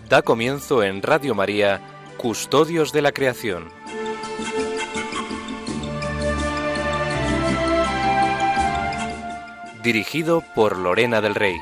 Da comienzo en Radio María, Custodios de la Creación. Dirigido por Lorena del Rey.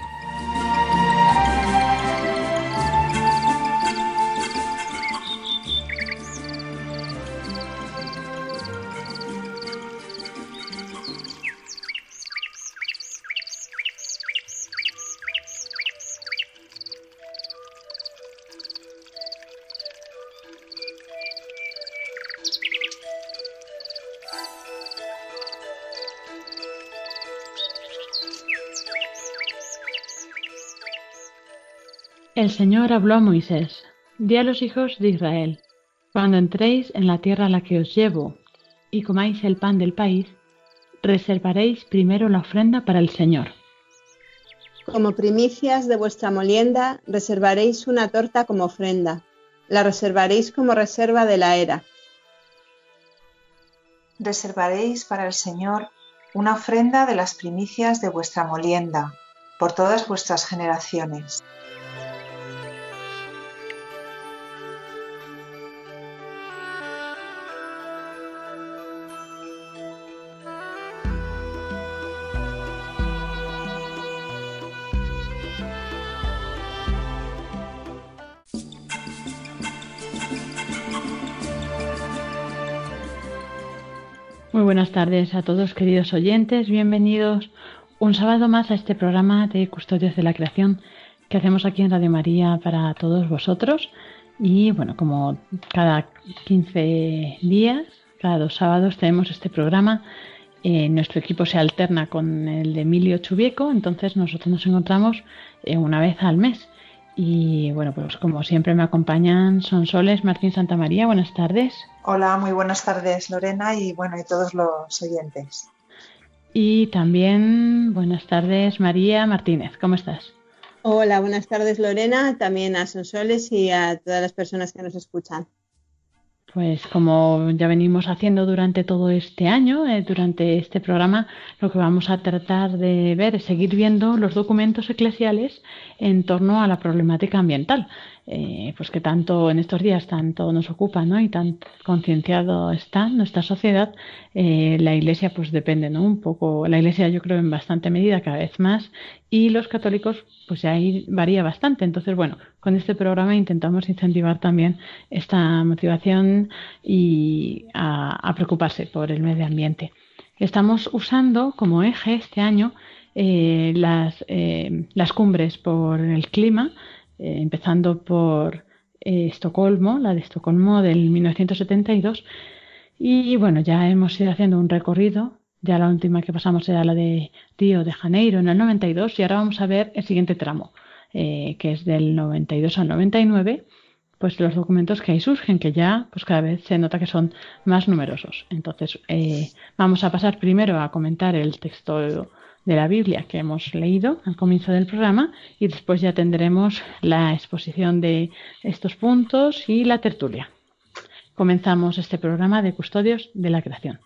El Señor habló a Moisés: Di a los hijos de Israel: cuando entréis en la tierra a la que os llevo y comáis el pan del país, reservaréis primero la ofrenda para el Señor. Como primicias de vuestra molienda, reservaréis una torta como ofrenda. La reservaréis como reserva de la era. Reservaréis para el Señor una ofrenda de las primicias de vuestra molienda, por todas vuestras generaciones. Muy buenas tardes a todos, queridos oyentes. Bienvenidos un sábado más a este programa de Custodios de la Creación que hacemos aquí en Radio María para todos vosotros. Y bueno, como cada 15 días, cada 2 sábados tenemos este programa. Nuestro equipo se alterna con el de Emilio Chubieco, entonces nosotros nos encontramos una vez al mes. Y bueno, pues como siempre me acompañan Sonsoles Martín Santamaría. Buenas tardes. Hola, muy buenas tardes, Lorena, y bueno, y todos los oyentes. Y también buenas tardes, María Martínez. ¿Cómo estás? Hola, buenas tardes, Lorena, también a Sonsoles y a todas las personas que nos escuchan. Pues como ya venimos haciendo durante todo este año, durante este programa, lo que vamos a tratar de ver es seguir viendo los documentos eclesiales en torno a la problemática ambiental, pues que tanto en estos días tanto nos ocupa, ¿no? Y tan concienciado está nuestra sociedad. La Iglesia pues depende, ¿no? Un poco, la Iglesia yo creo en bastante medida cada vez más, y los católicos pues ya ahí varía bastante. Entonces bueno, con este programa intentamos incentivar también esta motivación y a preocuparse por el medio ambiente. Estamos usando como eje este año las cumbres por el clima, empezando por Estocolmo, la de Estocolmo del 1972, y bueno, ya hemos ido haciendo un recorrido. Ya la última que pasamos era la de Río de Janeiro en el 92 y ahora vamos a ver el siguiente tramo, que es del 92 al 99, pues los documentos que ahí surgen, que ya pues cada vez se nota que son más numerosos. Entonces vamos a pasar primero a comentar el texto de la Biblia que hemos leído al comienzo del programa y después ya tendremos la exposición de estos puntos y la tertulia. Comenzamos este programa de Custodios de la Creación.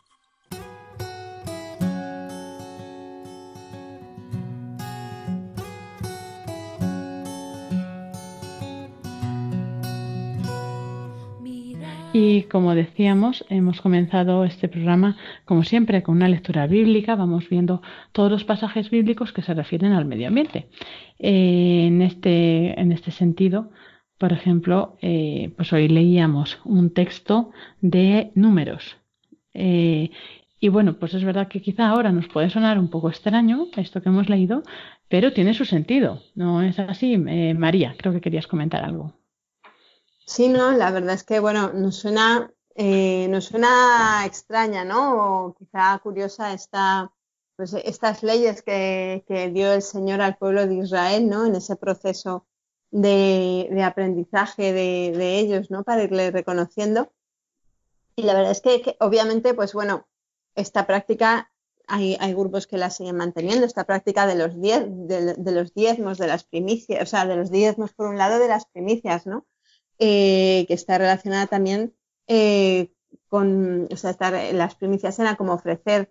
Y como decíamos, hemos comenzado este programa, como siempre, con una lectura bíblica. Vamos viendo todos los pasajes bíblicos que se refieren al medio ambiente. En este sentido, por ejemplo, pues hoy leíamos un texto de Números. Y bueno, pues es verdad que quizá ahora nos puede sonar un poco extraño esto que hemos leído, pero tiene su sentido, ¿no es así? María, creo que querías comentar algo. Sí, no, la verdad es que, bueno, nos suena extraña, ¿no? O quizá curiosa estas leyes que dio el Señor al pueblo de Israel, ¿no? En ese proceso de aprendizaje de ellos, ¿no? Para irle reconociendo. Y la verdad es que obviamente, pues bueno, esta práctica, hay grupos que la siguen manteniendo, esta práctica de los diezmos, de las primicias, o sea, de los diezmos por un lado, de las primicias, ¿no? Que está relacionada también con, o sea, las primicias eran como ofrecer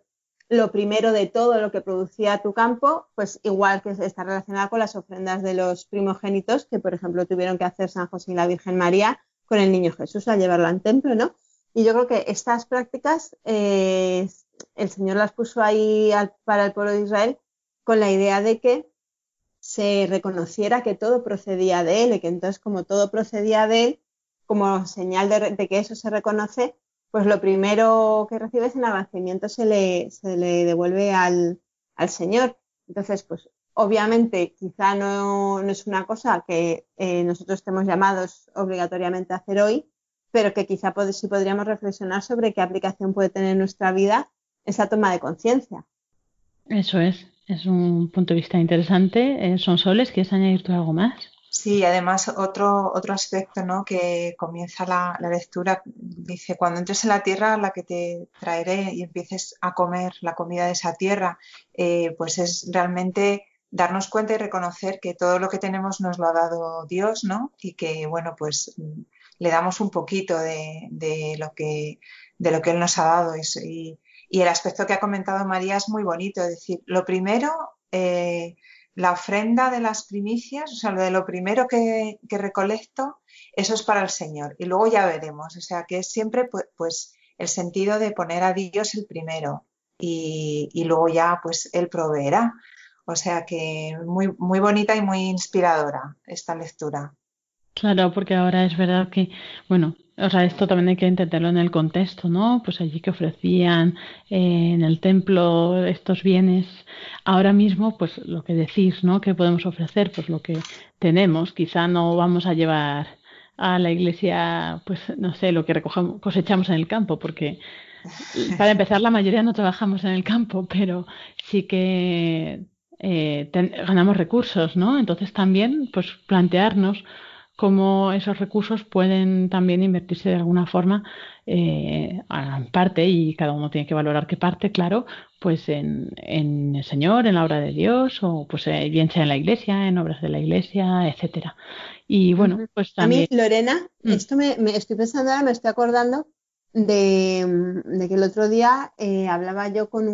lo primero de todo lo que producía tu campo, pues igual que está relacionada con las ofrendas de los primogénitos que, por ejemplo, tuvieron que hacer San José y la Virgen María con el niño Jesús al llevarlo al templo, ¿no? Y yo creo que estas prácticas el Señor las puso ahí para el pueblo de Israel con la idea de que se reconociera que todo procedía de Él y que entonces como todo procedía de Él, como señal de que eso se reconoce, pues lo primero que recibes en agradecimiento se le devuelve al Señor. Entonces, pues obviamente quizá no es una cosa que nosotros estemos llamados obligatoriamente a hacer hoy, pero que quizá sí podríamos reflexionar sobre qué aplicación puede tener en nuestra vida esa toma de conciencia. Eso es un punto de vista interesante. Sonsoles, ¿quieres añadir tú algo más? Sí, además otro aspecto, ¿no?, que comienza la lectura, dice, cuando entres en la tierra a la que te traeré y empieces a comer la comida de esa tierra, pues es realmente darnos cuenta y reconocer que todo lo que tenemos nos lo ha dado Dios, ¿no? Y que, bueno, pues le damos un poquito de lo que Él nos ha dado. Y el aspecto que ha comentado María es muy bonito, es decir, lo primero... la ofrenda de las primicias, o sea, lo primero que recolecto, eso es para el Señor. Y luego ya veremos. O sea, que es siempre pues el sentido de poner a Dios el primero y luego ya pues Él proveerá. O sea que muy, muy bonita y muy inspiradora esta lectura. Claro, porque ahora es verdad que, bueno, o sea, esto también hay que entenderlo en el contexto, ¿no? Pues allí que ofrecían en el templo estos bienes, ahora mismo, pues lo que decís, ¿no? ¿Qué podemos ofrecer? Pues lo que tenemos, quizá no vamos a llevar a la iglesia, pues no sé, lo que cosechamos en el campo, porque para empezar la mayoría no trabajamos en el campo, pero sí que ganamos recursos, ¿no? Entonces también, pues plantearnos cómo esos recursos pueden también invertirse de alguna forma en parte, y cada uno tiene que valorar qué parte, claro, pues en el Señor, en la obra de Dios, o pues bien sea en la iglesia, en obras de la iglesia, etcétera. Y bueno, pues A mí, también... Lorena, esto me estoy pensando ahora, me estoy acordando de que el otro día hablaba yo con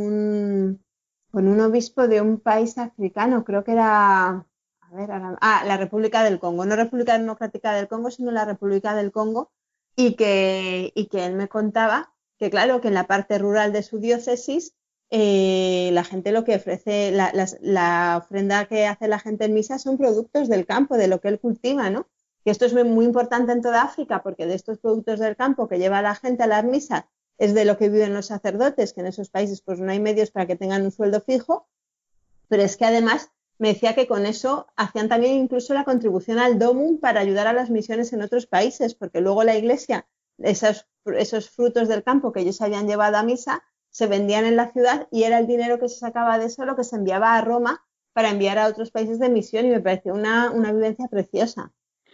un obispo de un país africano, creo que era... la República del Congo, no República Democrática del Congo, sino la República del Congo, y que él me contaba que, claro, que en la parte rural de su diócesis, la gente lo que ofrece, la ofrenda que hace la gente en misa son productos del campo, de lo que él cultiva, ¿no? Que esto es muy importante en toda África, porque de estos productos del campo que lleva la gente a las misas es de lo que viven los sacerdotes, que en esos países pues no hay medios para que tengan un sueldo fijo, pero es que además me decía que con eso hacían también incluso la contribución al DOMUN para ayudar a las misiones en otros países, porque luego la iglesia, esos frutos del campo que ellos habían llevado a misa, se vendían en la ciudad y era el dinero que se sacaba de eso lo que se enviaba a Roma para enviar a otros países de misión, y me pareció una vivencia preciosa.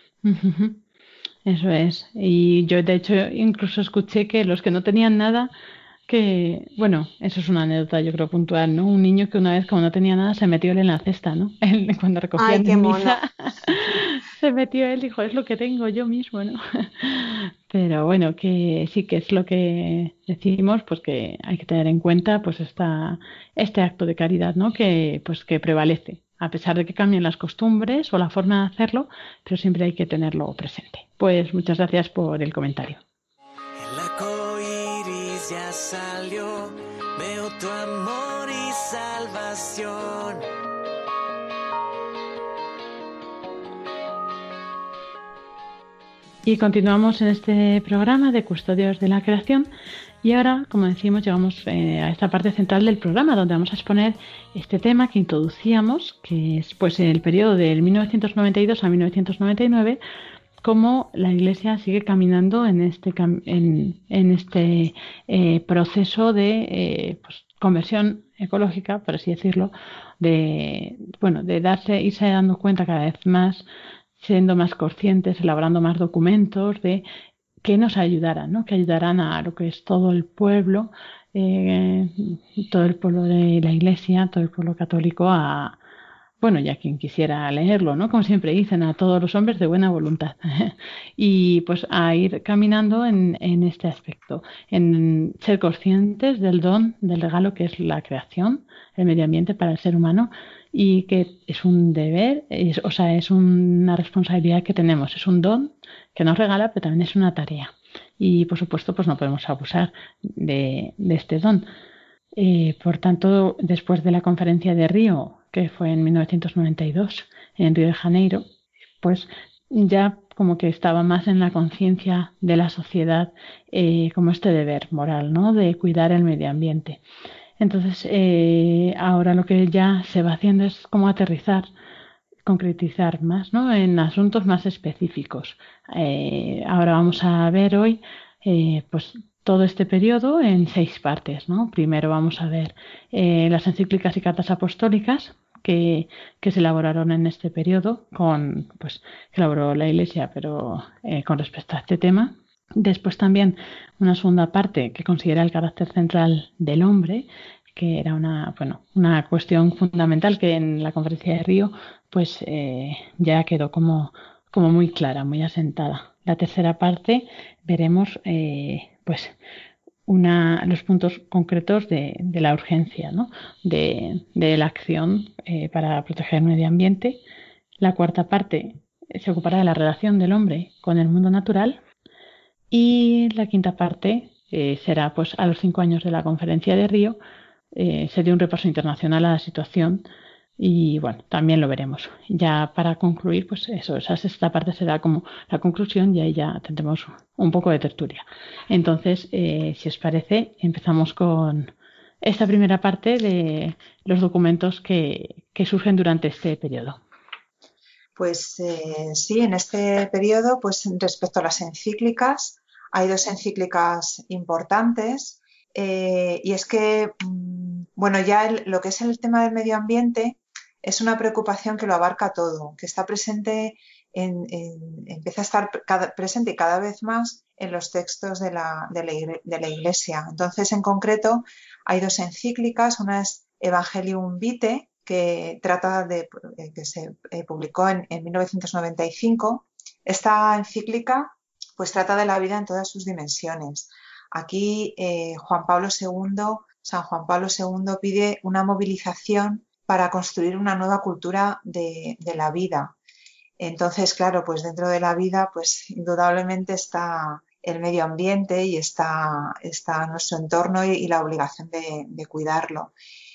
Eso es. Y yo de hecho incluso escuché que los que no tenían nada, que, bueno, eso es una anécdota yo creo puntual, ¿no? Un niño que una vez como no tenía nada se metió él en la cesta, ¿no? Cuando recogían qué en mono. misa se metió él y dijo, es lo que tengo yo mismo, ¿no? Pero bueno, que sí que es lo que decimos, pues que hay que tener en cuenta pues este acto de caridad, ¿no? Que pues que prevalece, a pesar de que cambien las costumbres o la forma de hacerlo, pero siempre hay que tenerlo presente. Pues muchas gracias por el comentario. El arco iris ya salió, veo tu amor y salvación. Y continuamos en este programa de Custodios de la Creación. Y ahora, como decimos, llegamos a esta parte central del programa, donde vamos a exponer este tema que introducíamos, que es pues el periodo del 1992 a 1999, cómo la Iglesia sigue caminando en este proceso de pues, conversión ecológica, por así decirlo, de irse dando cuenta cada vez más, siendo más conscientes, elaborando más documentos de que nos ayudaran, ¿no? Que ayudaran a lo que es todo el pueblo de la Iglesia, todo el pueblo católico a bueno, ya quien quisiera leerlo, ¿no? Como siempre dicen, a todos los hombres de buena voluntad. Y pues a ir caminando en este aspecto, en ser conscientes del don, del regalo que es la creación, el medio ambiente para el ser humano, y que es un deber, o sea, es una responsabilidad que tenemos, es un don que nos regala, pero también es una tarea. Y por supuesto, pues no podemos abusar de este don. Por tanto, después de la conferencia de Río, que fue en 1992 en Río de Janeiro, pues ya como que estaba más en la conciencia de la sociedad como este deber moral, ¿no? De cuidar el medio ambiente. Entonces, ahora lo que ya se va haciendo es como aterrizar, concretizar más, ¿no? En asuntos más específicos. Ahora vamos a ver hoy, pues todo este periodo en 6 partes, ¿no? Primero vamos a ver las encíclicas y cartas apostólicas que se elaboraron en este periodo, pues, que elaboró la Iglesia, pero con respecto a este tema. Después también una segunda parte que considera el carácter central del hombre, que era una cuestión fundamental que en la conferencia de Río pues ya quedó como muy clara, muy asentada. La tercera parte veremos pues los puntos concretos de la urgencia, ¿no? de la acción para proteger el medio ambiente. La cuarta parte se ocupará de la relación del hombre con el mundo natural y la quinta parte será pues a los 5 años de la conferencia de Río. Se dio un repaso internacional a la situación y bueno, también lo veremos. Ya para concluir, pues eso, esa sexta parte será como la conclusión y ahí ya tendremos un poco de tertulia. Entonces, si os parece, empezamos con esta primera parte de los documentos que surgen durante este periodo. Pues sí, en este periodo, pues respecto a las encíclicas, hay 2 encíclicas importantes y es que, bueno, ya lo que es el tema del medio ambiente es una preocupación que lo abarca todo, que está presente, empieza a estar presente cada vez más en los textos de la Iglesia. Entonces, en concreto, hay 2 encíclicas, una es Evangelium Vitae, que se publicó en 1995. Esta encíclica pues trata de la vida en todas sus dimensiones. Aquí San Juan Pablo II pide una movilización para construir una nueva cultura de la vida. Entonces, claro, pues dentro de la vida pues indudablemente está el medio ambiente y está nuestro entorno y la obligación de cuidarlo.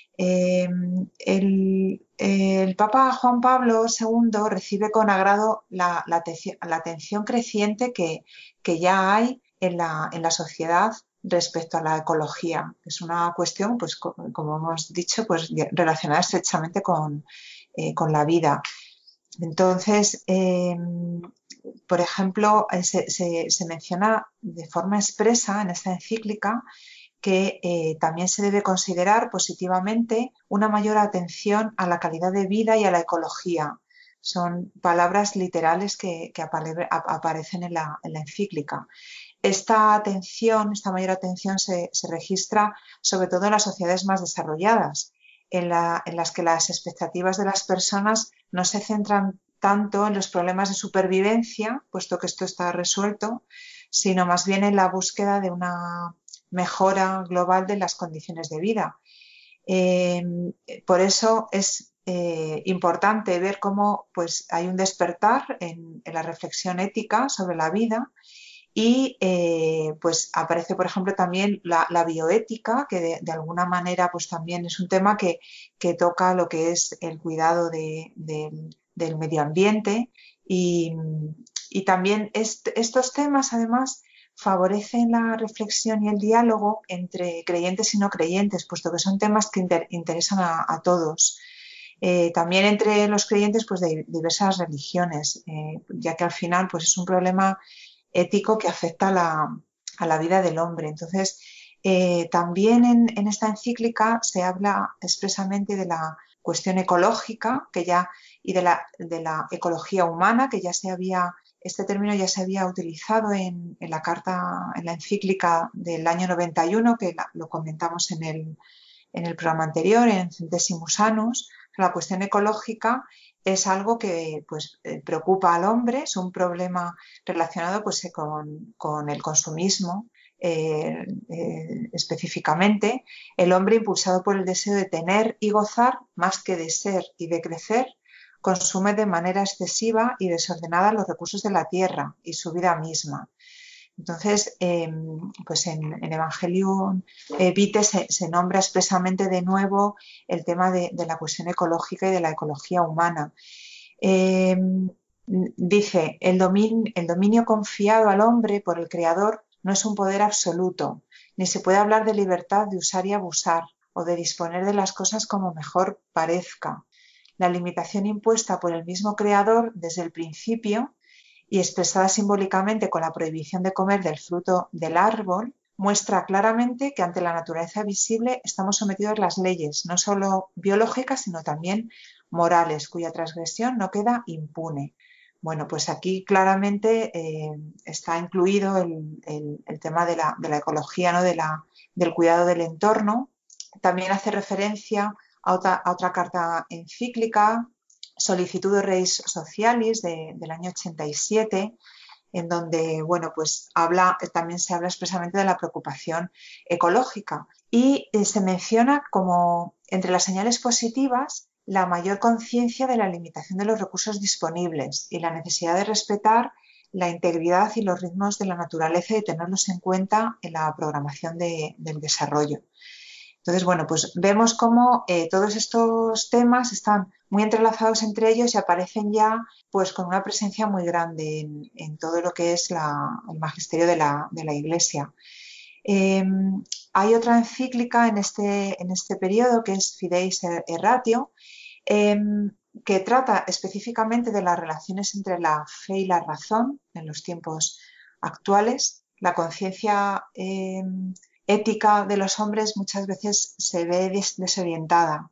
El Papa Juan Pablo II recibe con agrado la atención creciente que ya hay en la sociedad respecto a la ecología. Es una cuestión, pues, como hemos dicho, pues, relacionada estrechamente con la vida. Entonces, por ejemplo, se menciona de forma expresa en esta encíclica que también se debe considerar positivamente una mayor atención a la calidad de vida y a la ecología. Son palabras literales que aparecen en la encíclica. Esta mayor atención se registra sobre todo en las sociedades más desarrolladas, en las que las expectativas de las personas no se centran tanto en los problemas de supervivencia, puesto que esto está resuelto, sino más bien en la búsqueda de una mejora global de las condiciones de vida. Por eso es importante ver cómo pues, hay un despertar en la reflexión ética sobre la vida y pues aparece, por ejemplo, también la bioética, que de alguna manera pues, también es un tema que toca lo que es el cuidado del medio ambiente y también estos temas, además, favorecen la reflexión y el diálogo entre creyentes y no creyentes, puesto que son temas que interesan a todos. También entre los creyentes pues, de diversas religiones, ya que al final pues, es un problema ético que afecta a la vida del hombre. Entonces, también en esta encíclica se habla expresamente de la cuestión ecológica y de la ecología humana, que este término ya se había utilizado en la encíclica del año 91, que lo comentamos en el programa anterior, en Centesimus Annus, La cuestión ecológica es algo que pues, preocupa al hombre, es un problema relacionado pues, con el consumismo. Específicamente, el hombre, impulsado por el deseo de tener y gozar más que de ser y de crecer, consume de manera excesiva y desordenada los recursos de la tierra y su vida misma. Entonces, pues en Evangelium Vitae se nombra expresamente de nuevo el tema de la cuestión ecológica y de la ecología humana. Dice, el dominio confiado al hombre por el Creador no es un poder absoluto, ni se puede hablar de libertad de usar y abusar o de disponer de las cosas como mejor parezca. La limitación impuesta por el mismo Creador desde el principio y expresada simbólicamente con la prohibición de comer del fruto del árbol, muestra claramente que ante la naturaleza visible estamos sometidos a las leyes, no solo biológicas, sino también morales, cuya transgresión no queda impune. Bueno, pues aquí claramente está incluido el tema de la ecología, ¿no? Del cuidado del entorno. También hace referencia a otra carta encíclica, Solicitudo Reis Socialis del año 87, en donde bueno, pues también se habla expresamente de la preocupación ecológica y se menciona como entre las señales positivas la mayor conciencia de la limitación de los recursos disponibles y la necesidad de respetar la integridad y los ritmos de la naturaleza y tenerlos en cuenta en la programación del desarrollo. Entonces, bueno, pues vemos cómo todos estos temas están muy entrelazados entre ellos y aparecen ya pues con una presencia muy grande en todo lo que es el magisterio de la Iglesia. Hay otra encíclica en este periodo que es Fideis Erratio, que trata específicamente de las relaciones entre la fe y la razón en los tiempos actuales. La conciencia ética de los hombres muchas veces se ve desorientada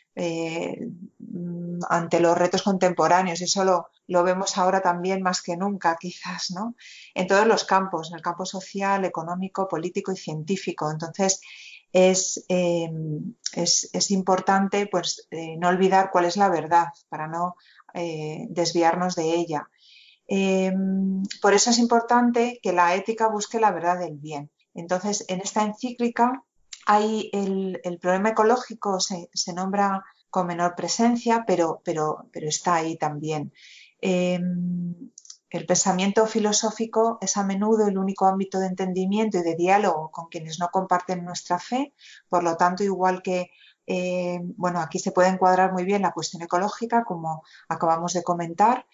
ante los retos contemporáneos, y eso lo vemos ahora también más que nunca, quizás, ¿no? En todos los campos, en el campo social, económico, político y científico. Entonces, es importante pues, no olvidar cuál es la verdad para no desviarnos de ella. Por eso es importante que la ética busque la verdad del bien. Entonces, en esta encíclica hay el problema ecológico se nombra con menor presencia, pero está ahí también. El pensamiento filosófico es a menudo el único ámbito de entendimiento y de diálogo con quienes no comparten nuestra fe. Por lo tanto, igual que bueno, aquí se puede encuadrar muy bien la cuestión ecológica, como acabamos de comentar,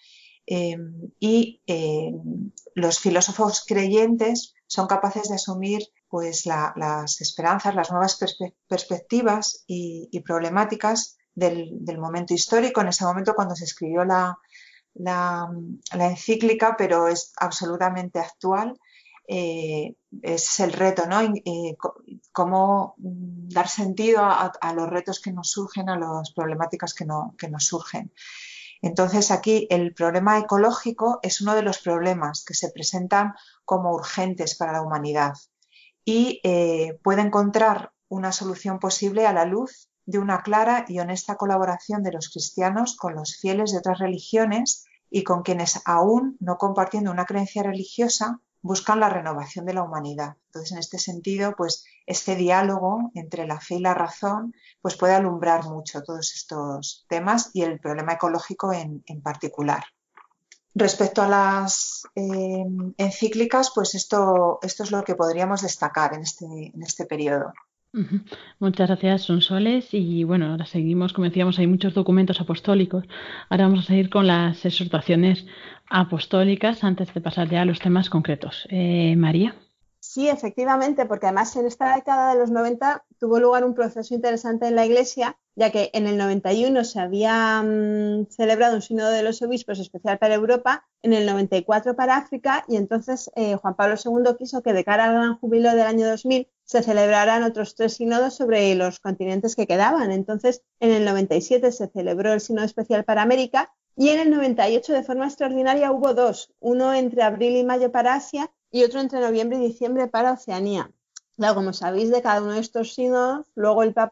y los filósofos creyentes son capaces de asumir pues, las esperanzas, las nuevas perspectivas y problemáticas del momento histórico, en ese momento cuando se escribió la encíclica, pero es absolutamente actual. Es el reto, ¿no? Cómo dar sentido a los retos que nos surgen, a las problemáticas que nos surgen. Entonces, aquí el problema ecológico es uno de los problemas que se presentan como urgentes para la humanidad y puede encontrar una solución posible a la luz de una clara y honesta colaboración de los cristianos con los fieles de otras religiones y con quienes, aún no compartiendo una creencia religiosa, buscan la renovación de la humanidad. Entonces, en este sentido, pues este diálogo entre la fe y la razón pues puede alumbrar mucho todos estos temas y el problema ecológico en particular. Respecto a las encíclicas, pues esto es lo que podríamos destacar en este periodo. Uh-huh. Muchas gracias, Sonsoles. Y bueno, ahora seguimos, como decíamos, hay muchos documentos apostólicos. Ahora vamos a seguir con las exhortaciones apostólicas antes de pasar ya a los temas concretos. María. Sí, efectivamente, porque además en esta década de los 90 tuvo lugar un proceso interesante en la Iglesia, ya que en el 91 se había celebrado un sínodo de los obispos especial para Europa, en el 94 para África, y entonces Juan Pablo II quiso que de cara al gran júbilo del año 2000 se celebraran otros 3 sínodos sobre los continentes que quedaban. Entonces, en el 97 se celebró el sínodo especial para América y en el 98 de forma extraordinaria hubo 2, uno entre abril y mayo para Asia y otro entre noviembre y diciembre para Oceanía. Claro, como sabéis, de cada uno de estos sínodos, luego el Papa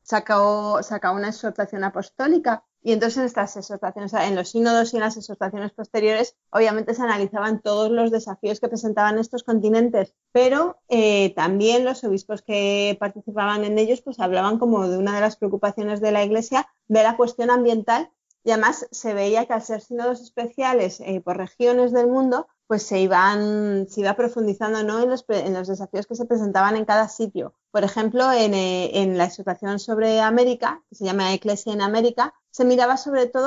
sacó una exhortación apostólica. Y entonces en estas exhortaciones, en los sínodos y en las exhortaciones posteriores, obviamente se analizaban todos los desafíos que presentaban estos continentes, pero también los obispos que participaban en ellos pues hablaban como de una de las preocupaciones de la Iglesia, de la cuestión ambiental, y además se veía que al ser sínodos especiales por regiones del mundo, pues se iba profundizando, ¿no?, en los desafíos que se presentaban en cada sitio. Por ejemplo, en la exhortación sobre América, que se llama Eclesia en América, se miraba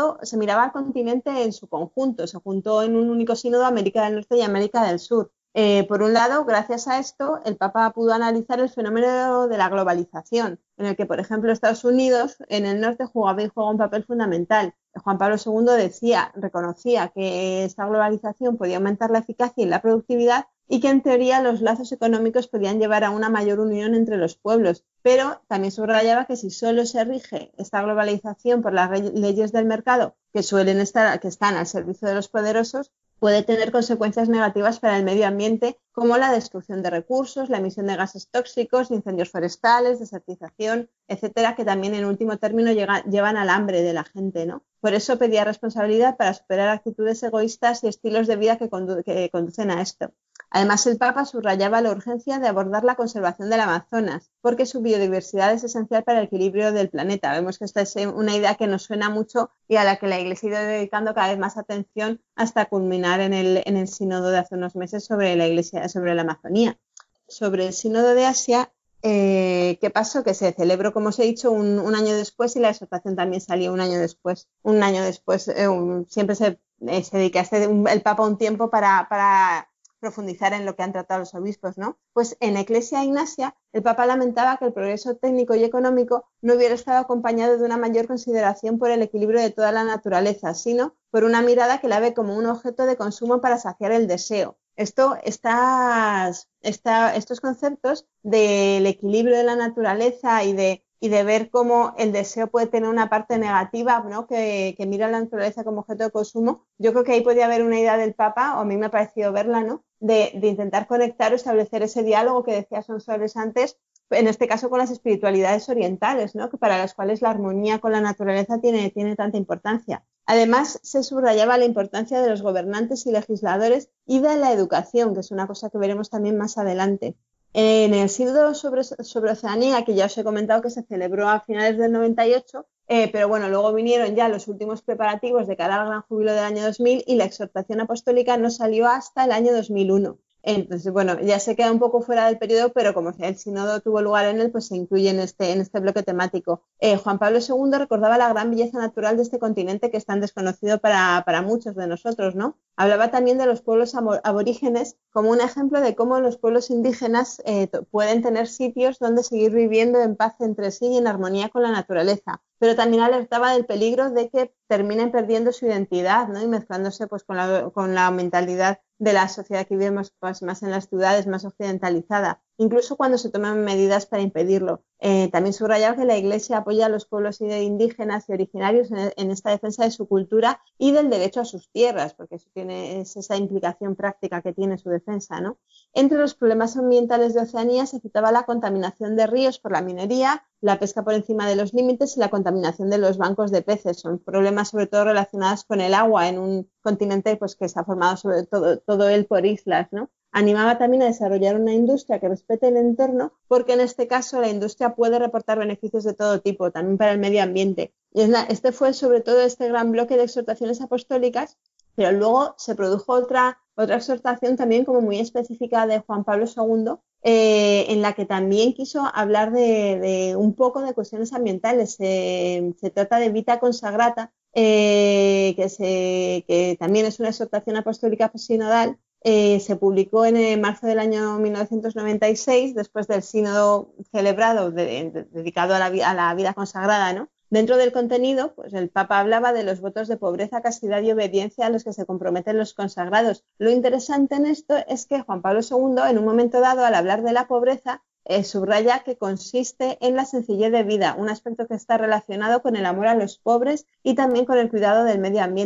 al continente en su conjunto. Se juntó en un único sínodo América del Norte y América del Sur. Por un lado, gracias a esto, el Papa pudo analizar el fenómeno de la globalización, en el que, por ejemplo, Estados Unidos en el norte jugaba un papel fundamental. Juan Pablo II reconocía que esta globalización podía aumentar la eficacia y la productividad y que en teoría los lazos económicos podían llevar a una mayor unión entre los pueblos, pero también subrayaba que si solo se rige esta globalización por las leyes del mercado que están al servicio de los poderosos, puede tener consecuencias negativas para el medio ambiente, como la destrucción de recursos, la emisión de gases tóxicos, incendios forestales, desertización, etcétera, que también en último término llevan al hambre de la gente, ¿no? Por eso pedía responsabilidad para superar actitudes egoístas y estilos de vida que conducen a esto. Además, el Papa subrayaba la urgencia de abordar la conservación del Amazonas, porque su biodiversidad es esencial para el equilibrio del planeta. Vemos que esta es una idea que nos suena mucho y a la que la Iglesia ha ido dedicando cada vez más atención hasta culminar en el sínodo de hace unos meses sobre la Amazonía. Sobre el sínodo de Asia, ¿qué pasó? Que se celebró, como os he dicho, un año después, y la exhortación también salió un año después. Siempre se dedica el Papa un tiempo para profundizar en lo que han tratado los obispos, ¿no? Pues en Eclesia Ignacia, el Papa lamentaba que el progreso técnico y económico no hubiera estado acompañado de una mayor consideración por el equilibrio de toda la naturaleza, sino por una mirada que la ve como un objeto de consumo para saciar el deseo. Estos conceptos del equilibrio de la naturaleza y de ver cómo el deseo puede tener una parte negativa, ¿no?, que mira a la naturaleza como objeto de consumo, yo creo que ahí podía haber una idea del Papa, o a mí me ha parecido verla, ¿no?, de intentar conectar o establecer ese diálogo que decía Sonsoles antes, en este caso con las espiritualidades orientales, ¿no?, que para las cuales la armonía con la naturaleza tiene tanta importancia. Además, se subrayaba la importancia de los gobernantes y legisladores y de la educación, que es una cosa que veremos también más adelante. En el sínodo sobre Oceanía, que ya os he comentado que se celebró a finales del 98, pero bueno, luego vinieron ya los últimos preparativos de cara al gran júbilo del año 2000 y la exhortación apostólica no salió hasta el año 2001. Entonces, bueno, ya se queda un poco fuera del periodo, pero como el sínodo tuvo lugar en él, pues se incluye en este bloque temático. Juan Pablo II recordaba la gran belleza natural de este continente que es tan desconocido para muchos de nosotros, ¿no? Hablaba también de los pueblos aborígenes como un ejemplo de cómo los pueblos indígenas pueden tener sitios donde seguir viviendo en paz entre sí y en armonía con la naturaleza. Pero también alertaba del peligro de que terminen perdiendo su identidad, ¿no?, y mezclándose pues con la mentalidad de la sociedad que vivimos pues, más en las ciudades, más occidentalizada, incluso cuando se toman medidas para impedirlo. También subrayaba que la Iglesia apoya a los pueblos indígenas y originarios en esta defensa de su cultura y del derecho a sus tierras, porque eso es esa implicación práctica que tiene su defensa, ¿no? Entre los problemas ambientales de Oceanía se citaba la contaminación de ríos por la minería, la pesca por encima de los límites y la contaminación de los bancos de peces. Son problemas sobre todo relacionados con el agua en un continente pues, que se ha formado sobre todo él por islas, ¿no? Animaba también a desarrollar una industria que respete el entorno, porque en este caso la industria puede reportar beneficios de todo tipo, también para el medio ambiente. Y este fue sobre todo este gran bloque de exhortaciones apostólicas, pero luego se produjo otra exhortación también como muy específica de Juan Pablo II, en la que también quiso hablar de un poco de cuestiones ambientales. Se trata de Vita Consagrata, que también es una exhortación apostólica sinodal. Se publicó en marzo del año 1996, después del sínodo celebrado dedicado a la vida consagrada, ¿no? Dentro del contenido, pues el Papa hablaba de los votos de pobreza, castidad y obediencia a los que se comprometen los consagrados. Lo interesante en esto es que Juan Pablo II, en un momento dado, al hablar de la pobreza, subraya que consiste en la sencillez de vida, un aspecto que está relacionado con el amor a los pobres y también con el cuidado del medio ambiente.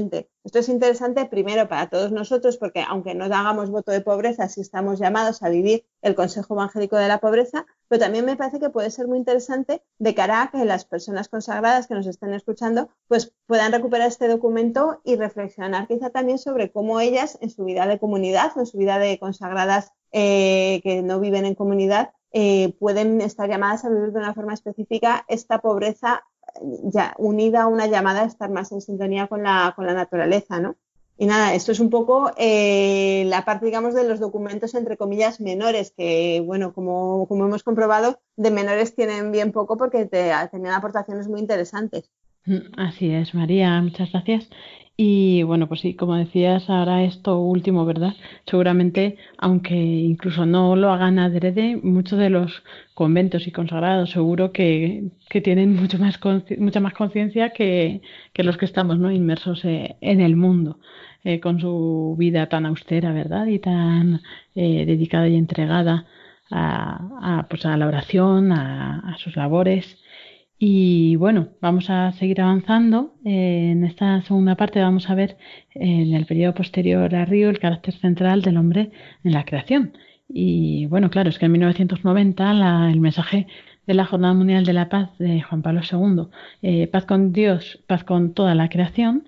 Esto es interesante primero para todos nosotros porque aunque no hagamos voto de pobreza, sí estamos llamados a vivir el consejo evangélico de la pobreza, pero también me parece que puede ser muy interesante de cara a que las personas consagradas que nos estén escuchando pues puedan recuperar este documento y reflexionar quizá también sobre cómo ellas en su vida de comunidad o en su vida de consagradas que no viven en comunidad pueden estar llamadas a vivir de una forma específica esta pobreza ya unida a una llamada a estar más en sintonía con la naturaleza, ¿no? Y nada, esto es un poco la parte, digamos, de los documentos, entre comillas, menores, que, bueno, como hemos comprobado, de menores tienen bien poco porque tenían aportaciones muy interesantes. Así es, María, muchas gracias. Y bueno, pues sí, como decías, ahora esto último, ¿verdad? Seguramente, aunque incluso no lo hagan adrede, muchos de los conventos y consagrados seguro que tienen mucha más conciencia que los que estamos, ¿no? Inmersos en el mundo, con su vida tan austera, ¿verdad? Y tan dedicada y entregada pues a la oración, a sus labores. Y bueno, vamos a seguir avanzando. En esta segunda parte vamos a ver en el periodo posterior a Río el carácter central del hombre en la creación. Y bueno, claro, es que en 1990 el mensaje de la Jornada Mundial de la Paz de Juan Pablo II, paz con Dios, paz con toda la creación,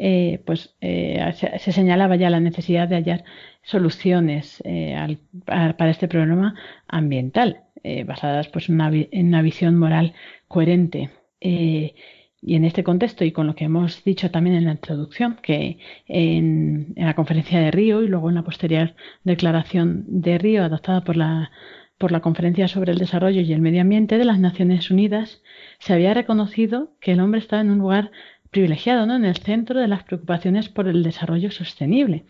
se señalaba ya la necesidad de hallar soluciones para este problema ambiental, basadas pues, en una visión moral coherente. Y en este contexto y con lo que hemos dicho también en la introducción, que en la conferencia de Río y luego en la posterior declaración de Río adoptada por la Conferencia sobre el Desarrollo y el Medio Ambiente de las Naciones Unidas, se había reconocido que el hombre estaba en un lugar privilegiado, ¿no? En el centro de las preocupaciones por el desarrollo sostenible.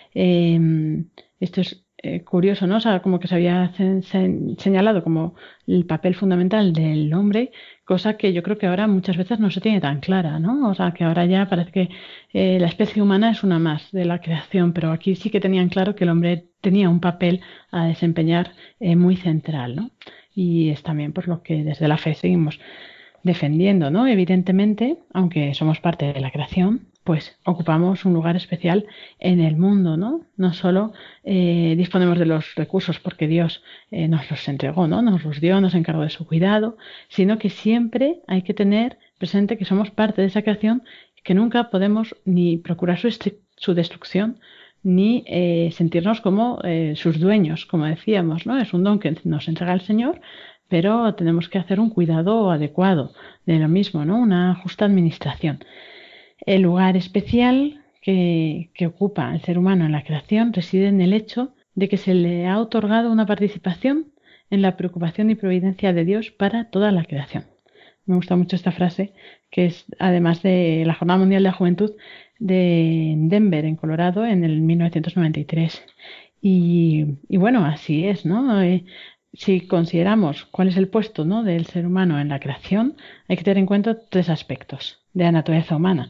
Esto es curioso, ¿no? O sea, como que se había señalado como el papel fundamental del hombre, cosa que yo creo que ahora muchas veces no se tiene tan clara, ¿no? O sea, que ahora ya parece que la especie humana es una más de la creación, pero aquí sí que tenían claro que el hombre tenía un papel a desempeñar muy central, ¿no? Y es también por lo que desde la fe seguimos defendiendo, ¿no? Evidentemente, aunque somos parte de la creación, pues ocupamos un lugar especial en el mundo, ¿no? No solo disponemos de los recursos porque Dios nos los entregó, ¿no? Nos los dio, nos encargó de su cuidado, sino que siempre hay que tener presente que somos parte de esa creación, que nunca podemos ni procurar su destrucción, ni sentirnos como sus dueños, como decíamos, ¿no? Es un don que nos entrega el Señor, pero tenemos que hacer un cuidado adecuado de lo mismo, ¿no? Una justa administración. El lugar especial que ocupa el ser humano en la creación reside en el hecho de que se le ha otorgado una participación en la preocupación y providencia de Dios para toda la creación. Me gusta mucho esta frase, que es además de la Jornada Mundial de la Juventud de Denver, en Colorado, en el 1993. Y bueno, así es, ¿no? Si consideramos cuál es el puesto, ¿no?, del ser humano en la creación, hay que tener en cuenta tres aspectos de la naturaleza humana.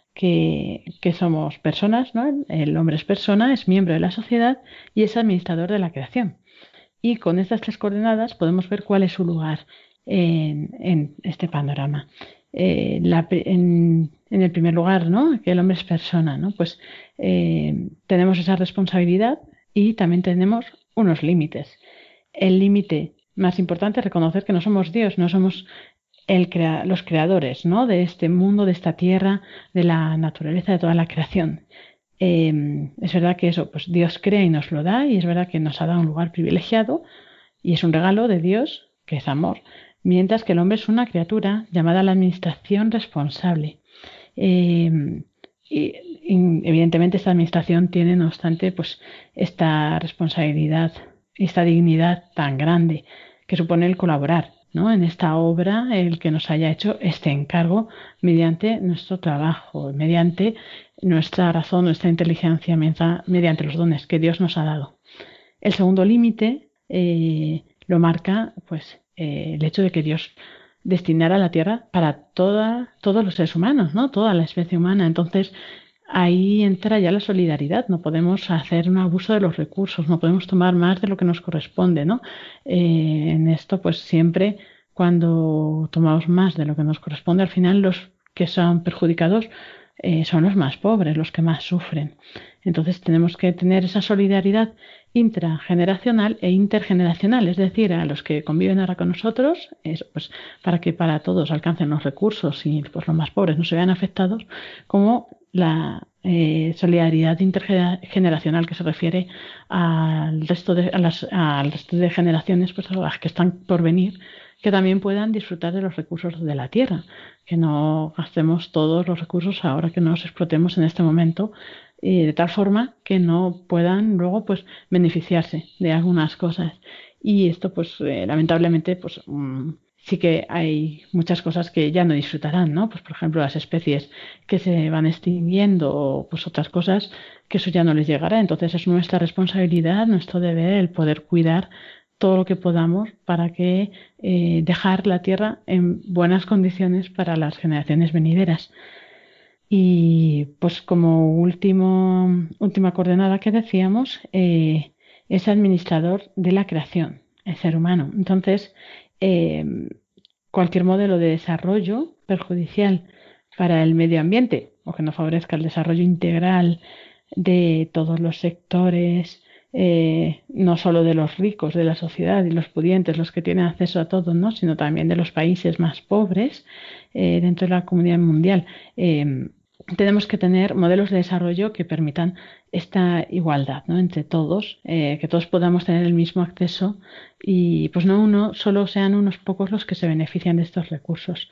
Que somos personas, ¿no? El hombre es persona, es miembro de la sociedad y es administrador de la creación. Y con estas tres coordenadas podemos ver cuál es su lugar en este panorama. En el primer lugar, ¿no?, que el hombre es persona, ¿no? Pues tenemos esa responsabilidad y también tenemos unos límites. El límite más importante es reconocer que no somos Dios, no somos los creadores, ¿no?, de este mundo, de esta tierra, de la naturaleza, de toda la creación. Es verdad que eso, pues Dios crea y nos lo da, y es verdad que nos ha dado un lugar privilegiado y es un regalo de Dios, que es amor, mientras que el hombre es una criatura llamada a la administración responsable. Y evidentemente esta administración tiene, no obstante, pues esta responsabilidad, esta dignidad tan grande que supone el colaborar, ¿no?, en esta obra, el que nos haya hecho este encargo mediante nuestro trabajo, mediante nuestra razón, nuestra inteligencia, mediante los dones que Dios nos ha dado. El segundo límite lo marca pues el hecho de que Dios destinara la tierra para todos los seres humanos, ¿no?, toda la especie humana. Entonces ahí entra ya la solidaridad, no podemos hacer un abuso de los recursos, no podemos tomar más de lo que nos corresponde, ¿no? En esto pues siempre cuando tomamos más de lo que nos corresponde, al final los que son perjudicados son los más pobres, los que más sufren. Entonces tenemos que tener esa solidaridad intrageneracional e intergeneracional, es decir, a los que conviven ahora con nosotros, pues para que para todos alcancen los recursos y pues los más pobres no se vean afectados, como la solidaridad intergeneracional que se refiere al resto de generaciones, pues a las que están por venir, que también puedan disfrutar de los recursos de la tierra, que no gastemos todos los recursos ahora, que no los explotemos en este momento, de tal forma que no puedan luego pues beneficiarse de algunas cosas. Y esto pues lamentablemente pues sí que hay muchas cosas que ya no disfrutarán, ¿no? Pues por ejemplo las especies que se van extinguiendo o pues otras cosas que eso ya no les llegará. Entonces es nuestra responsabilidad, nuestro deber el poder cuidar todo lo que podamos para que dejar la tierra en buenas condiciones para las generaciones venideras. Y pues como última coordenada que decíamos, es administrador de la creación, el ser humano. Entonces, cualquier modelo de desarrollo perjudicial para el medio ambiente o que no favorezca el desarrollo integral de todos los sectores, no solo de los ricos de la sociedad y los pudientes, los que tienen acceso a todo, ¿no? Sino también de los países más pobres dentro de la comunidad mundial. Tenemos que tener modelos de desarrollo que permitan esta igualdad, ¿no? Entre todos, que todos podamos tener el mismo acceso y pues no solo sean unos pocos los que se benefician de estos recursos.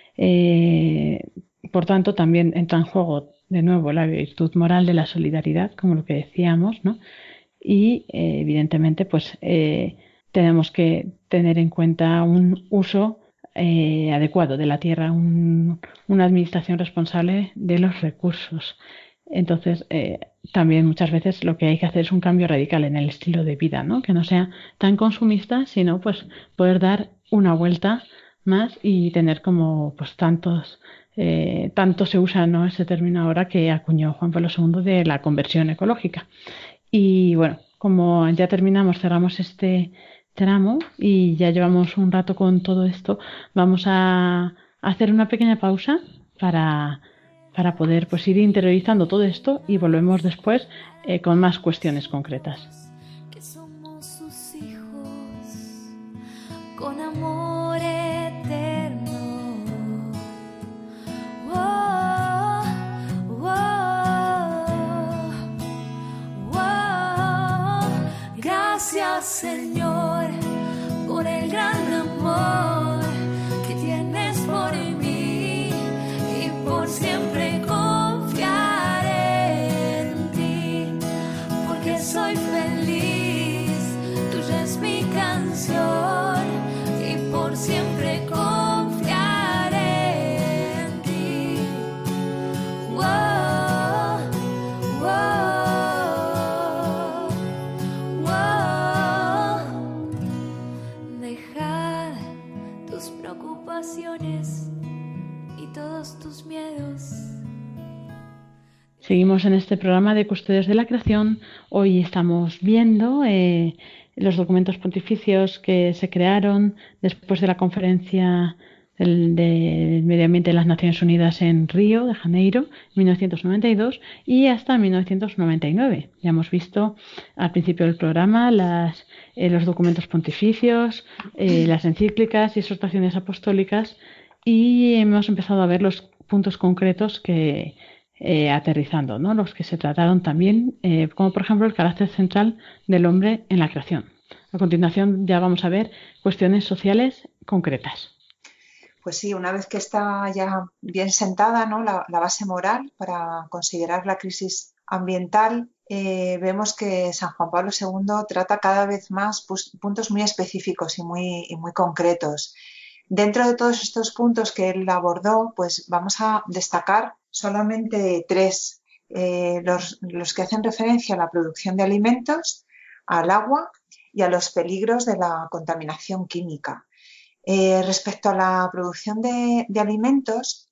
Por tanto, también entra en juego de nuevo la virtud moral de la solidaridad, como lo que decíamos, ¿no? Y evidentemente pues tenemos que tener en cuenta un uso adecuado de la tierra, una administración responsable de los recursos. Entonces, también muchas veces lo que hay que hacer es un cambio radical en el estilo de vida, ¿no? Que no sea tan consumista, sino pues poder dar una vuelta más y tener como pues tanto se usa, ¿no? Ese término ahora que acuñó Juan Pablo II de la conversión ecológica. Y bueno, como ya cerramos este tramo y ya llevamos un rato con todo esto, vamos a hacer una pequeña pausa para poder pues ir interiorizando todo esto y volvemos después con más cuestiones concretas. Que somos sus hijos con amor eterno. Oh, oh, oh. Gracias, Señor, por el gran amor que tienes por mí y por siempre confiaré en ti, porque soy feliz, tuya es mi canción y por siempre confiaré en ti. Wow, wow, wow. Dejar tus preocupaciones y todos tus miedos. Seguimos en este programa de Custodios de la Creación. Hoy estamos viendo los documentos pontificios que se crearon después de la conferencia del Medio Ambiente de las Naciones Unidas en Río de Janeiro, en 1992, y hasta 1999. Ya hemos visto al principio del programa los documentos pontificios, las encíclicas y exhortaciones apostólicas, y hemos empezado a ver los puntos concretos que aterrizando, ¿no? Los que se trataron también, como por ejemplo el carácter central del hombre en la creación. A continuación ya vamos a ver cuestiones sociales concretas. Pues sí, una vez que está ya bien sentada, ¿no? la base moral para considerar la crisis ambiental, vemos que San Juan Pablo II trata cada vez más puntos muy específicos y muy concretos. Dentro de todos estos puntos que él abordó, pues vamos a destacar solamente tres, los que hacen referencia a la producción de alimentos, al agua y a los peligros de la contaminación química. Respecto a la producción de alimentos,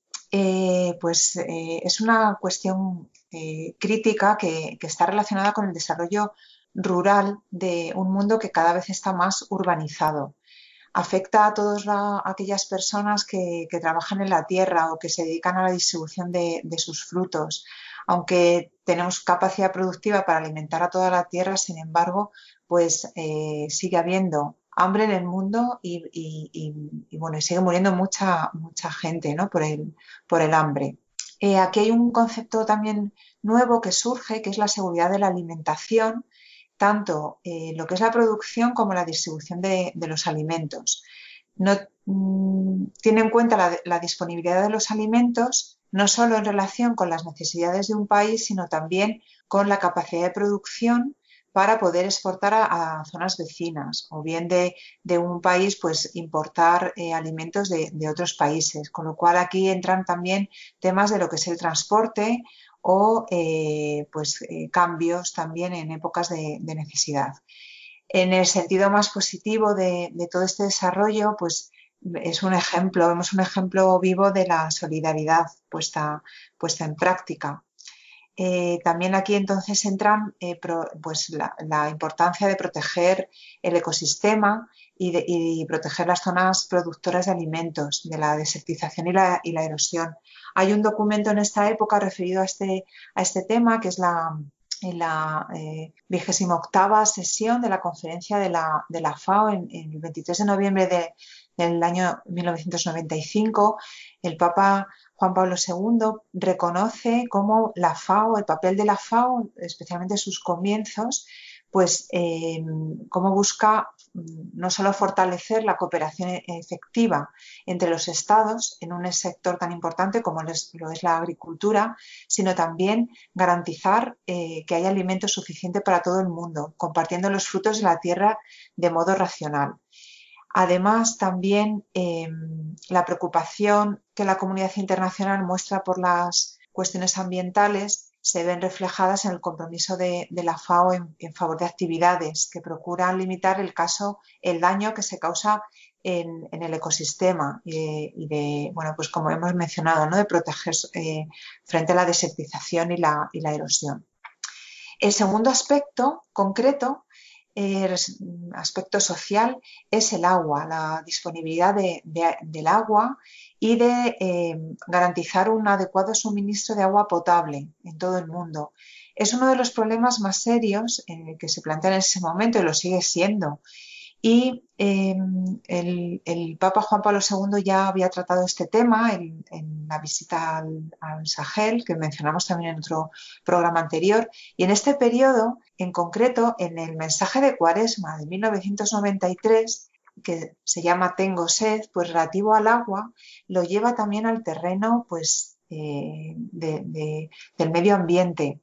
es una cuestión crítica que está relacionada con el desarrollo rural de un mundo que cada vez está más urbanizado. afecta a todas aquellas personas que trabajan en la tierra o que se dedican a la distribución de sus frutos. Aunque tenemos capacidad productiva para alimentar a toda la tierra, sin embargo, pues sigue habiendo hambre en el mundo y bueno, sigue muriendo mucha gente, ¿no? por el hambre. Aquí hay un concepto también nuevo que surge, que es la seguridad de la alimentación, tanto lo que es la producción como la distribución de los alimentos. Tiene en cuenta la disponibilidad de los alimentos no solo en relación con las necesidades de un país, sino también con la capacidad de producción para poder exportar a zonas vecinas, o bien de un país pues importar alimentos de otros países, con lo cual aquí entran también temas de lo que es el transporte o cambios también en épocas de necesidad. En el sentido más positivo de todo este desarrollo, pues vemos un ejemplo vivo de la solidaridad puesta en práctica. También aquí entonces entran la importancia de proteger el ecosistema y proteger las zonas productoras de alimentos, de la desertización y la erosión. Hay un documento en esta época referido a este tema, que es la 28ª sesión de la conferencia de la FAO en el 23 de noviembre del año 1995. El Papa Juan Pablo II reconoce cómo la FAO, el papel de la FAO, especialmente sus comienzos, pues cómo busca no solo fortalecer la cooperación efectiva entre los estados en un sector tan importante como lo es la agricultura, sino también garantizar que haya alimento suficiente para todo el mundo, compartiendo los frutos de la tierra de modo racional. Además, también la preocupación que la comunidad internacional muestra por las cuestiones ambientales se ven reflejadas en el compromiso de la FAO en favor de actividades que procuran limitar el daño que se causa en el ecosistema y pues como hemos mencionado, ¿no? De proteger frente a la desertización y la erosión. El segundo aspecto concreto, aspecto social, es el agua, la disponibilidad del agua y de garantizar un adecuado suministro de agua potable en todo el mundo. Es uno de los problemas más serios que se plantean en ese momento y lo sigue siendo. Y el Papa Juan Pablo II ya había tratado este tema en la visita al Sahel, que mencionamos también en otro programa anterior. Y en este periodo, en concreto, en el mensaje de Cuaresma de 1993, que se llama Tengo sed, pues relativo al agua, lo lleva también al terreno pues, del medio ambiente.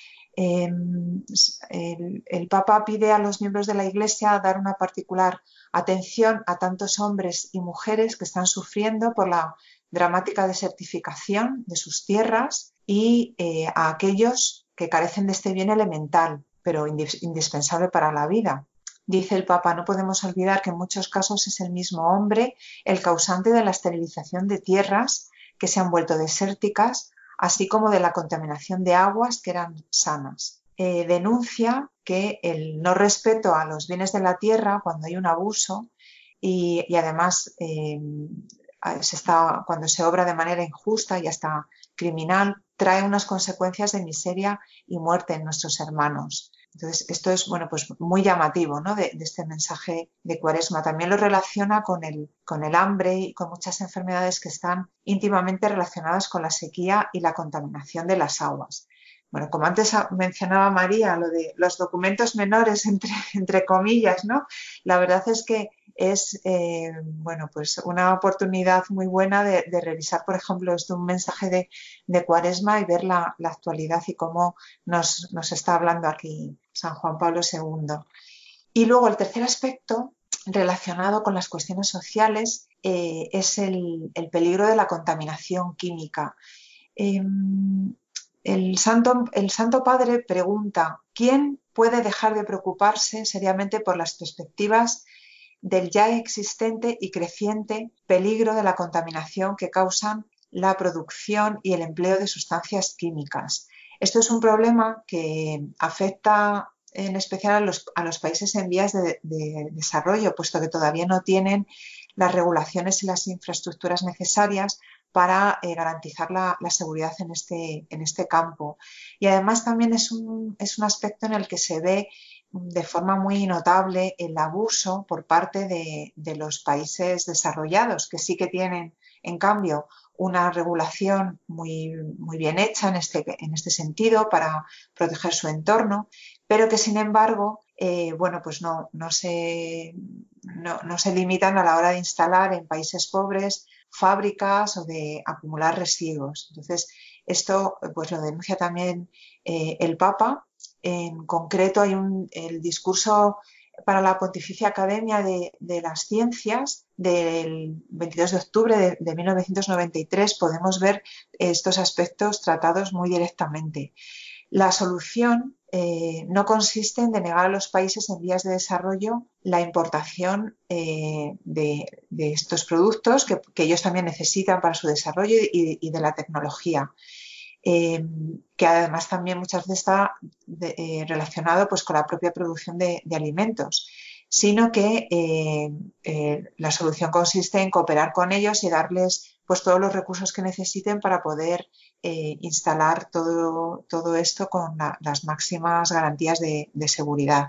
El Papa pide a los miembros de la Iglesia dar una particular atención a tantos hombres y mujeres que están sufriendo por la dramática desertificación de sus tierras y a aquellos que carecen de este bien elemental, pero indispensable para la vida. Dice el Papa, no podemos olvidar que en muchos casos es el mismo hombre el causante de la esterilización de tierras que se han vuelto desérticas, así como de la contaminación de aguas que eran sanas. Denuncia que el no respeto a los bienes de la tierra cuando hay un abuso y además cuando se obra de manera injusta y hasta criminal, trae unas consecuencias de miseria y muerte en nuestros hermanos. Entonces, esto es pues muy llamativo, ¿no? de este mensaje de Cuaresma. También lo relaciona con el hambre y con muchas enfermedades que están íntimamente relacionadas con la sequía y la contaminación de las aguas. Bueno, como antes mencionaba María, lo de los documentos menores, entre comillas, ¿no? La verdad es que es pues una oportunidad muy buena de revisar, por ejemplo, un mensaje de Cuaresma y ver la actualidad y cómo nos está hablando aquí San Juan Pablo II. Y luego el tercer aspecto relacionado con las cuestiones sociales es el peligro de la contaminación química. El Santo Padre pregunta: ¿quién puede dejar de preocuparse seriamente por las perspectivas del ya existente y creciente peligro de la contaminación que causan la producción y el empleo de sustancias químicas? Esto es un problema que afecta en especial a los países en vías de desarrollo, puesto que todavía no tienen las regulaciones y las infraestructuras necesarias para garantizar la seguridad en este campo. Y además también es un aspecto en el que se ve de forma muy notable el abuso por parte de los países desarrollados, que sí que tienen, en cambio, una regulación muy, muy bien hecha en este sentido para proteger su entorno, pero que sin embargo, pues no se limitan a la hora de instalar en países pobres fábricas o de acumular residuos. Entonces, esto pues lo denuncia también el Papa. En concreto, hay el discurso para la Pontificia Academia de las Ciencias del 22 de octubre de 1993. Podemos ver estos aspectos tratados muy directamente. La solución no consiste en denegar a los países en vías de desarrollo la importación de estos productos que ellos también necesitan para su desarrollo y de la tecnología. Que además también muchas veces está relacionado pues, con la propia producción de alimentos, sino que la solución consiste en cooperar con ellos y darles pues, todos los recursos que necesiten para poder instalar todo esto con las máximas garantías de seguridad.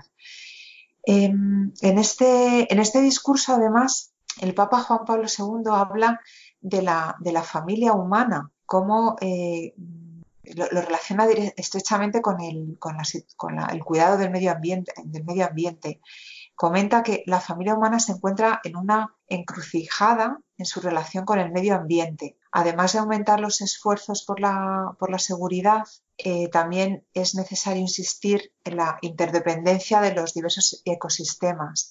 En este discurso, además, el Papa Juan Pablo II habla de la familia humana, cómo lo relaciona estrechamente con el cuidado del medio ambiente. Comenta que la familia humana se encuentra en una encrucijada en su relación con el medio ambiente. Además de aumentar los esfuerzos por la seguridad, también es necesario insistir en la interdependencia de los diversos ecosistemas.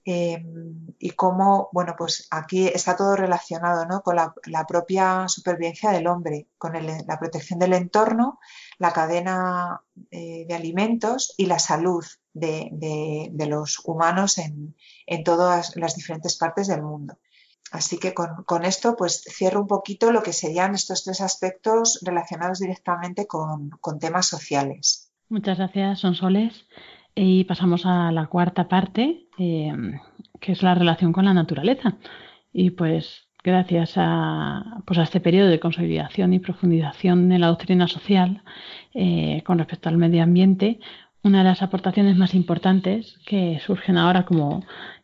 Y cómo, pues aquí está todo relacionado, ¿no? Con la propia supervivencia del hombre, con la protección del entorno, la cadena de alimentos y la salud de los humanos en todas las diferentes partes del mundo. Así que con esto pues cierro un poquito lo que serían estos tres aspectos relacionados directamente con temas sociales. Muchas gracias, Sonsoles. Y pasamos a la cuarta parte, que es la relación con la naturaleza. Y pues gracias a este periodo de consolidación y profundización de la doctrina social con respecto al medio ambiente, una de las aportaciones más importantes que surgen ahora como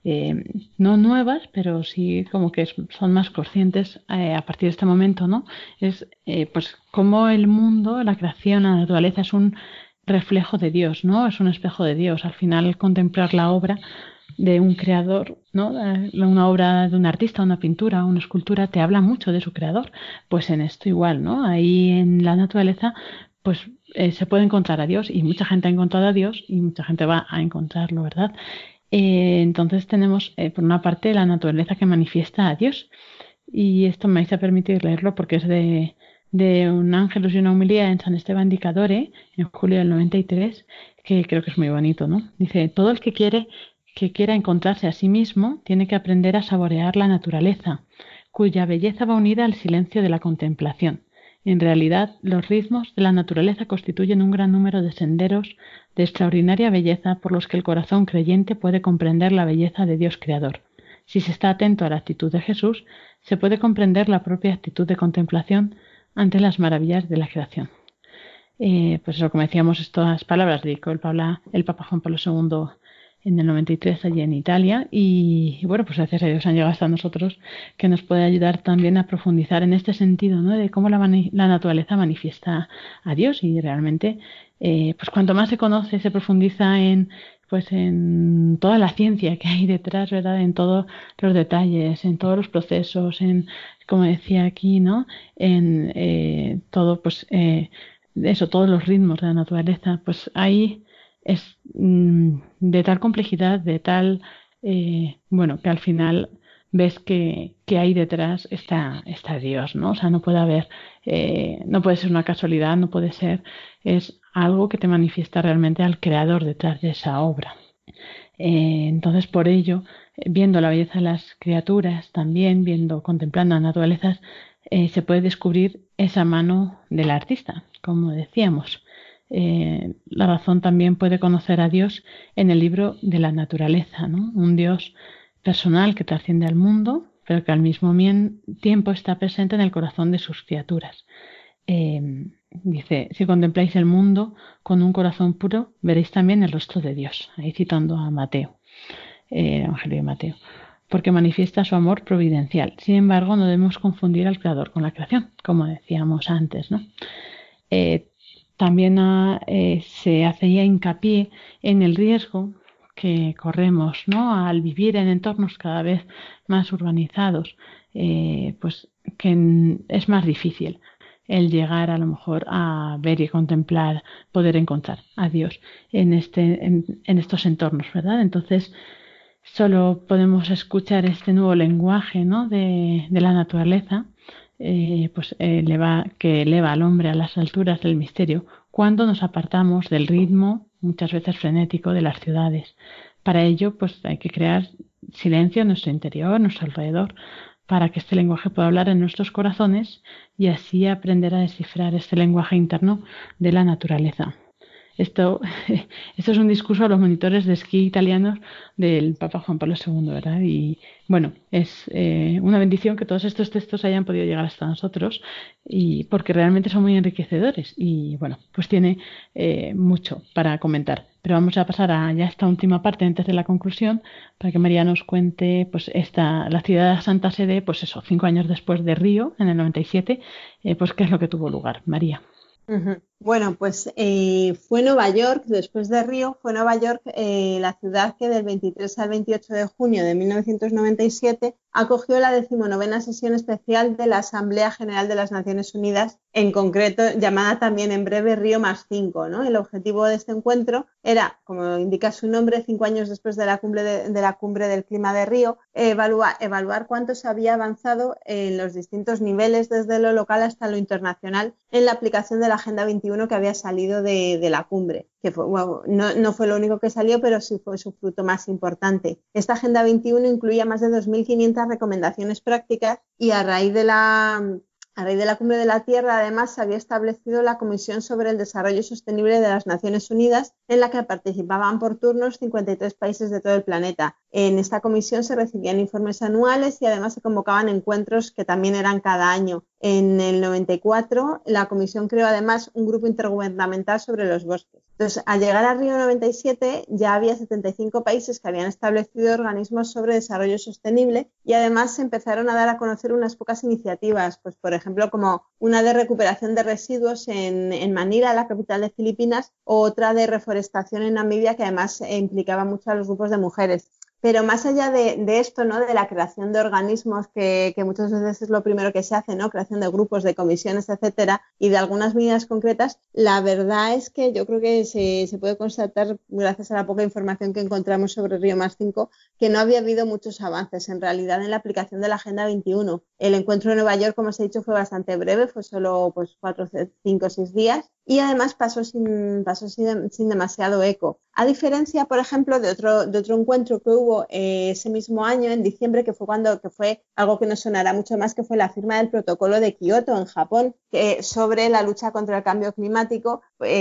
no nuevas, pero sí como que son más conscientes a partir de este momento, ¿no? Es pues cómo el mundo, la creación, la naturaleza es un reflejo de Dios, ¿no? Es un espejo de Dios. Al final, contemplar la obra de un creador, ¿no? Una obra de un artista, una pintura, una escultura, te habla mucho de su creador. Pues en esto igual, ¿no? Ahí en la naturaleza, pues se puede encontrar a Dios, y mucha gente ha encontrado a Dios y mucha gente va a encontrarlo, ¿verdad? Entonces tenemos, por una parte, la naturaleza que manifiesta a Dios. Y esto me vais a permitir leerlo porque es de un Ángelus y una homilía en San Esteban di Cadore, en julio del 93, que creo que es muy bonito, ¿no? Dice: todo el que quiera encontrarse a sí mismo tiene que aprender a saborear la naturaleza, cuya belleza va unida al silencio de la contemplación. En realidad, los ritmos de la naturaleza constituyen un gran número de senderos de extraordinaria belleza por los que el corazón creyente puede comprender la belleza de Dios creador. Si se está atento a la actitud de Jesús, se puede comprender la propia actitud de contemplación ante las maravillas de la creación. Pues eso, como decíamos, estas palabras dedicó el Papa Juan Pablo II en el 93 allí en Italia, y bueno, pues gracias a Dios han llegado hasta nosotros, que nos puede ayudar también a profundizar en este sentido, ¿no? De cómo la naturaleza manifiesta a Dios. Y realmente pues cuanto más se conoce, se profundiza en toda la ciencia que hay detrás, ¿verdad? En todos los detalles, en todos los procesos, en, como decía aquí, ¿no? En todo, pues eso, todos los ritmos de la naturaleza, pues ahí es de tal complejidad, de tal, que al final ves que ahí detrás está Dios, ¿no? O sea, no puede haber, no puede ser una casualidad, no puede ser, es algo que te manifiesta realmente al creador detrás de esa obra. Entonces, por ello, viendo la belleza de las criaturas, también contemplando la naturaleza, se puede descubrir esa mano del artista, como decíamos. La razón también puede conocer a Dios en el libro de la naturaleza, ¿no? Un Dios personal que trasciende al mundo, pero que al mismo tiempo está presente en el corazón de sus criaturas. Dice, si contempláis el mundo con un corazón puro, veréis también el rostro de Dios. Ahí citando a Mateo, el Evangelio de Mateo, porque manifiesta su amor providencial. Sin embargo, no debemos confundir al Creador con la creación, como decíamos antes, ¿no? También se hacía hincapié en el riesgo que corremos, ¿no? Al vivir en entornos cada vez más urbanizados, pues que es más difícil el llegar a lo mejor a ver y contemplar, poder encontrar a Dios en estos entornos, ¿verdad? Entonces, solo podemos escuchar este nuevo lenguaje, ¿no? de la naturaleza, que eleva al hombre a las alturas del misterio cuando nos apartamos del ritmo, muchas veces frenético, de las ciudades. Para ello, pues hay que crear silencio en nuestro interior, en nuestro alrededor, para que este lenguaje pueda hablar en nuestros corazones y así aprender a descifrar este lenguaje interno de la naturaleza. Esto es un discurso a los monitores de esquí italianos del Papa Juan Pablo II, ¿verdad? Y bueno, es una bendición que todos estos textos hayan podido llegar hasta nosotros, y porque realmente son muy enriquecedores y bueno, pues tiene mucho para comentar. Pero vamos a pasar a ya esta última parte antes de la conclusión, para que María nos cuente pues la ciudad de la Santa Sede, pues eso, 5 años después de Río, en el 97, pues qué es lo que tuvo lugar, María. Bueno, pues fue Nueva York, después de Río, fue Nueva York la ciudad que del 23 al 28 de junio de 1997 acogió la 19ª sesión especial de la Asamblea General de las Naciones Unidas, en concreto llamada también en breve Río+5, ¿no? El objetivo de este encuentro era, como indica su nombre, 5 años después de la cumbre del clima de Río, evaluar cuánto se había avanzado en los distintos niveles, desde lo local hasta lo internacional, en la aplicación de la Agenda 21 que había salido de la cumbre, que fue, bueno, no fue lo único que salió, pero sí fue su fruto más importante. Esta Agenda 21 incluía más de 2.500 recomendaciones prácticas y a raíz de la Cumbre de la Tierra, además, se había establecido la Comisión sobre el Desarrollo Sostenible de las Naciones Unidas, en la que participaban por turnos 53 países de todo el planeta. En esta comisión se recibían informes anuales y además se convocaban encuentros que también eran cada año. En el 94, la comisión creó además un grupo intergubernamental sobre los bosques. Entonces, al llegar a Río 97, ya había 75 países que habían establecido organismos sobre desarrollo sostenible y además se empezaron a dar a conocer unas pocas iniciativas, pues por ejemplo, como una de recuperación de residuos en Manila, la capital de Filipinas, o otra de reforestación en Namibia, que además implicaba mucho a los grupos de mujeres. Pero más allá de esto, ¿no? De la creación de organismos, que muchas veces es lo primero que se hace, ¿no? Creación de grupos, de comisiones, etcétera, y de algunas medidas concretas, la verdad es que yo creo que se puede constatar, gracias a la poca información que encontramos sobre Río+5, que no había habido muchos avances en realidad en la aplicación de la Agenda 21. El encuentro de Nueva York, como os he dicho, fue bastante breve, fue solo 4, 5, 6 días, y además pasó sin demasiado eco. A diferencia, por ejemplo, de otro encuentro que hubo ese mismo año, en diciembre, que fue algo que nos sonará mucho más, que fue la firma del protocolo de Kioto en Japón, sobre la lucha contra el cambio climático.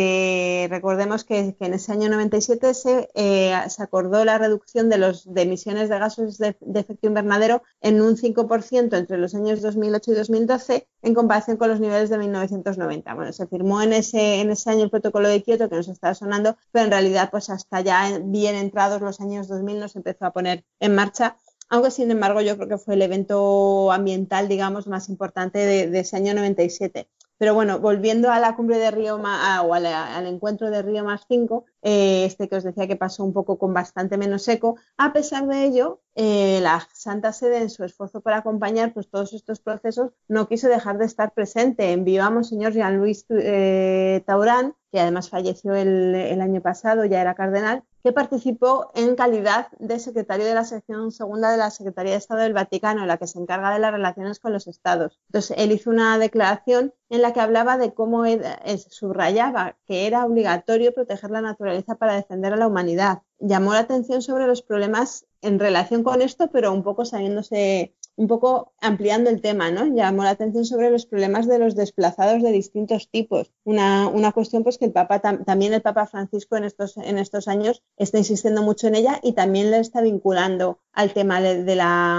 Recordemos que en ese año 97 se acordó la reducción de emisiones de gases de efecto invernadero en un 5% entre los años 2008 y 2012 en comparación con los niveles de 1990. Bueno, se firmó en ese año el protocolo de Kioto, que nos está sonando, pero en realidad pues hasta ya bien entrados los años 2000 no se empezó a poner en marcha, aunque sin embargo yo creo que fue el evento ambiental, digamos, más importante de ese año 97. Pero bueno, volviendo a la cumbre de Río al encuentro de Río+5, que os decía que pasó un poco con bastante menos eco, a pesar de ello, la Santa Sede, en su esfuerzo por acompañar pues, todos estos procesos, no quiso dejar de estar presente. Envió a Monseñor Jean-Louis Taurán, que además falleció el año pasado, ya era cardenal, que participó en calidad de secretario de la sección segunda de la Secretaría de Estado del Vaticano, la que se encarga de las relaciones con los estados. Entonces, él hizo una declaración en la que hablaba de cómo subrayaba que era obligatorio proteger la naturaleza para defender a la humanidad. Llamó la atención sobre los problemas en relación con esto, pero un poco un poco ampliando el tema, ¿no? Llamó la atención sobre los problemas de los desplazados de distintos tipos. Una cuestión pues que también el Papa Francisco en estos años está insistiendo mucho en ella y también le está vinculando al tema de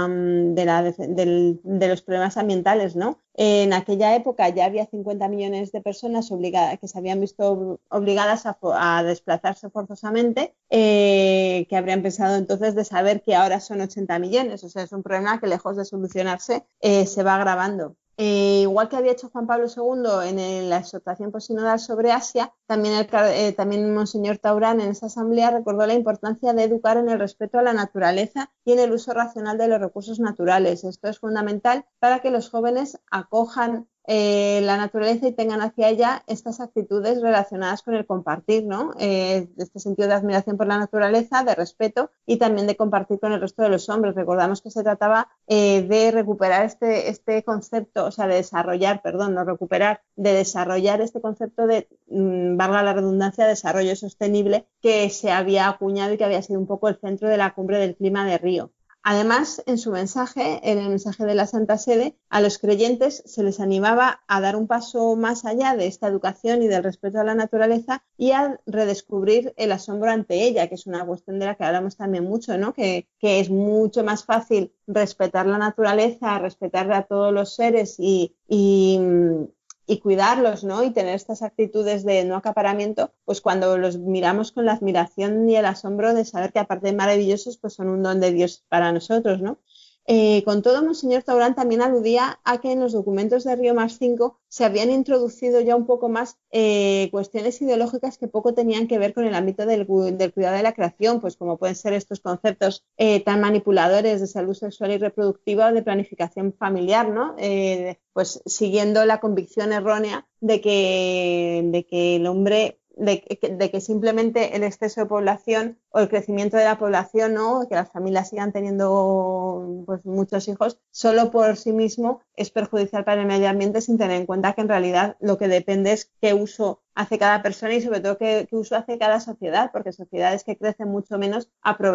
los problemas ambientales, ¿no? En aquella época ya había 50 millones de personas que se habían visto obligadas a desplazarse forzosamente, que habrían pensado entonces de saber que ahora son 80 millones. O sea, es un problema que lejos de solucionarse se va agravando. Igual que había hecho Juan Pablo II en la exhortación posinodal sobre Asia, también Monseñor Taurán en esa asamblea recordó la importancia de educar en el respeto a la naturaleza y en el uso racional de los recursos naturales. Esto es fundamental para que los jóvenes acojan la naturaleza y tengan hacia ella estas actitudes relacionadas con el compartir, ¿no? Este sentido de admiración por la naturaleza, de respeto y también de compartir con el resto de los hombres. Recordamos que se trataba de recuperar este concepto, o sea, de desarrollar este concepto de, valga la redundancia, desarrollo sostenible que se había acuñado y que había sido un poco el centro de la cumbre del clima de Río. Además, en su mensaje, en el mensaje de la Santa Sede, a los creyentes se les animaba a dar un paso más allá de esta educación y del respeto a la naturaleza y a redescubrir el asombro ante ella, que es una cuestión de la que hablamos también mucho, ¿no? Que es mucho más fácil respetar la naturaleza, respetar a todos los seres y cuidarlos, ¿no? Y tener estas actitudes de no acaparamiento, pues cuando los miramos con la admiración y el asombro de saber que aparte de maravillosos, pues son un don de Dios para nosotros, ¿no? Con todo, Monseñor Taurán también aludía a que en los documentos de Río +5 se habían introducido ya un poco más cuestiones ideológicas que poco tenían que ver con el ámbito del cuidado de la creación, pues como pueden ser estos conceptos tan manipuladores de salud sexual y reproductiva o de planificación familiar, ¿no? Pues siguiendo la convicción errónea de que el hombre... De que simplemente el exceso de población o el crecimiento de la población, ¿no? Que las familias sigan teniendo pues, muchos hijos, solo por sí mismo es perjudicial para el medio ambiente sin tener en cuenta que en realidad lo que depende es qué uso hace cada persona y sobre todo qué uso hace cada sociedad, porque sociedades que crecen mucho menos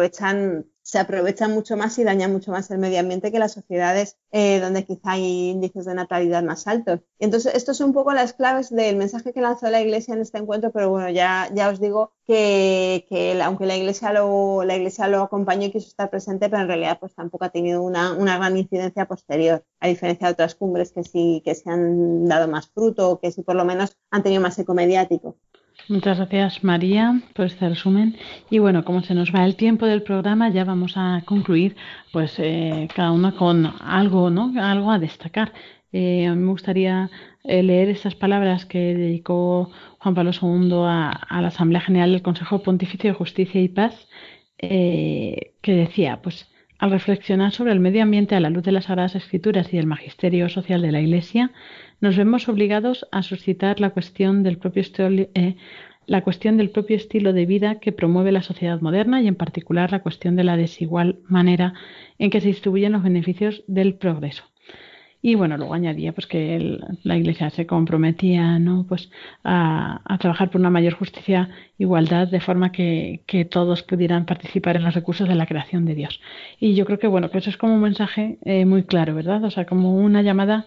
se aprovechan mucho más y dañan mucho más el medio ambiente que las sociedades donde quizá hay índices de natalidad más altos. Y entonces, estos son un poco las claves del mensaje que lanzó la Iglesia en este encuentro, pero bueno, ya os digo que aunque la Iglesia lo acompañó y quiso estar presente, pero en realidad pues tampoco ha tenido una gran incidencia posterior, a diferencia de otras cumbres que sí se han dado más fruto o que sí por lo menos han tenido más eco mediático. Muchas gracias, María, por este resumen. Y bueno, como se nos va el tiempo del programa, ya vamos a concluir, pues cada uno con algo, ¿no? Algo a destacar. A mí me gustaría leer estas palabras que dedicó Juan Pablo II a la Asamblea General del Consejo Pontificio de Justicia y Paz, que decía, pues, al reflexionar sobre el medio ambiente a la luz de las Sagradas Escrituras y del magisterio social de la Iglesia, nos vemos obligados a suscitar la cuestión del propio estilo de vida que promueve la sociedad moderna y en particular la cuestión de la desigual manera en que se distribuyen los beneficios del progreso. Y bueno, luego añadía pues que la Iglesia se comprometía, ¿no? Pues a trabajar por una mayor justicia e igualdad de forma que todos pudieran participar en los recursos de la creación de Dios. Y yo creo que bueno, que eso es como un mensaje muy claro, ¿verdad? O sea, como una llamada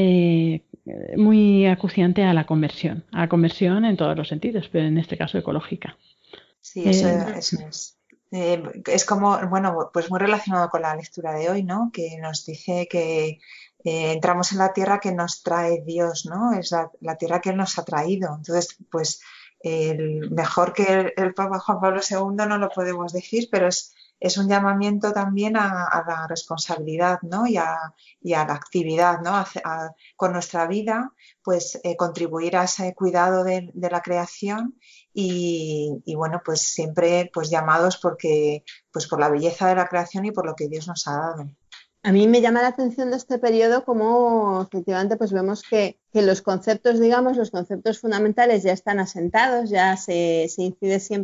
muy acuciante a la conversión en todos los sentidos, pero en este caso ecológica. Sí, eso es. Es como, bueno, pues muy relacionado con la lectura de hoy, ¿no? Que nos dice que entramos en la tierra que nos trae Dios, ¿no? Es la tierra que Él nos ha traído. Entonces, pues mejor que el Papa Juan Pablo II no lo podemos decir, pero es un llamamiento también a la responsabilidad, ¿no? y a la actividad, ¿no? Con nuestra vida, pues contribuir a ese cuidado de la creación y bueno, pues siempre pues llamados pues por la belleza de la creación y por lo que Dios nos ha dado. A mí me llama la atención de este periodo como efectivamente pues vemos que los conceptos, digamos, los conceptos fundamentales ya están asentados, ya se incide siempre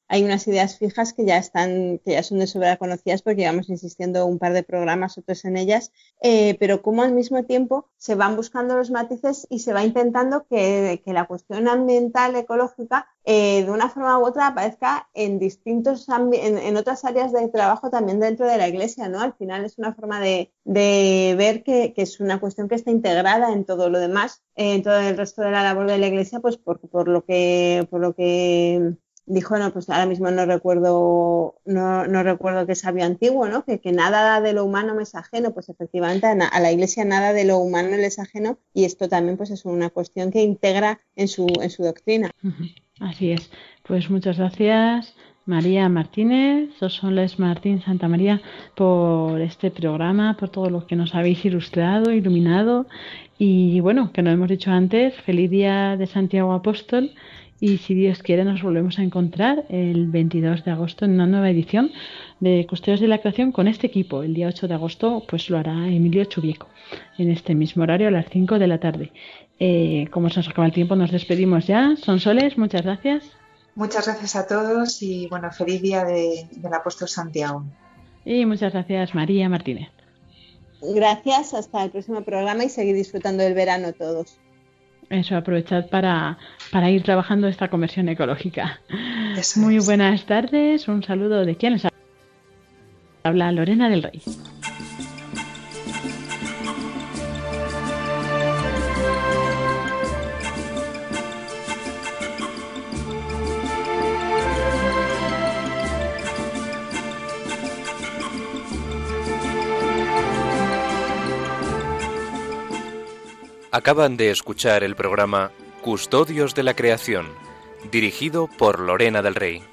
hay unas ideas fijas que ya son de sobra conocidas porque llevamos insistiendo un par de programas, otros en ellas, pero como al mismo tiempo se van buscando los matices y se va intentando que la cuestión ambiental, ecológica, de una forma u otra aparezca en en otras áreas de trabajo también dentro de la Iglesia, ¿no? Al final es una forma de ver que es una cuestión que está integrada en todo lo demás, en todo el resto de la labor de la Iglesia, pues por lo que dijo, no, pues ahora mismo no recuerdo qué sabio antiguo, ¿no? Que nada de lo humano me es ajeno, pues efectivamente a la Iglesia nada de lo humano le es ajeno, y esto también pues es una cuestión que integra en su doctrina. Así es. Pues muchas gracias, María Martínez, Sonsoles Martín Santamaría, por este programa, por todo lo que nos habéis ilustrado, iluminado, y bueno, que nos hemos dicho antes, feliz día de Santiago Apóstol, y si Dios quiere nos volvemos a encontrar el 22 de agosto en una nueva edición de Custodios de la Creación con este equipo. El día 8 de agosto pues lo hará Emilio Chubieco en este mismo horario a las 5 de la tarde. Como se nos acaba el tiempo, nos despedimos ya. Sonsoles, muchas gracias. Muchas gracias a todos y bueno, feliz día del apóstol Santiago. Y muchas gracias, María Martínez. Gracias, hasta el próximo programa y seguir disfrutando del verano todos. Eso, aprovechad para ir trabajando esta conversión ecológica. Eso Muy es. buenas tardes, un saludo de quien les habla, Lorena del Rey. Acaban de escuchar el programa Custodios de la Creación, dirigido por Lorena del Rey.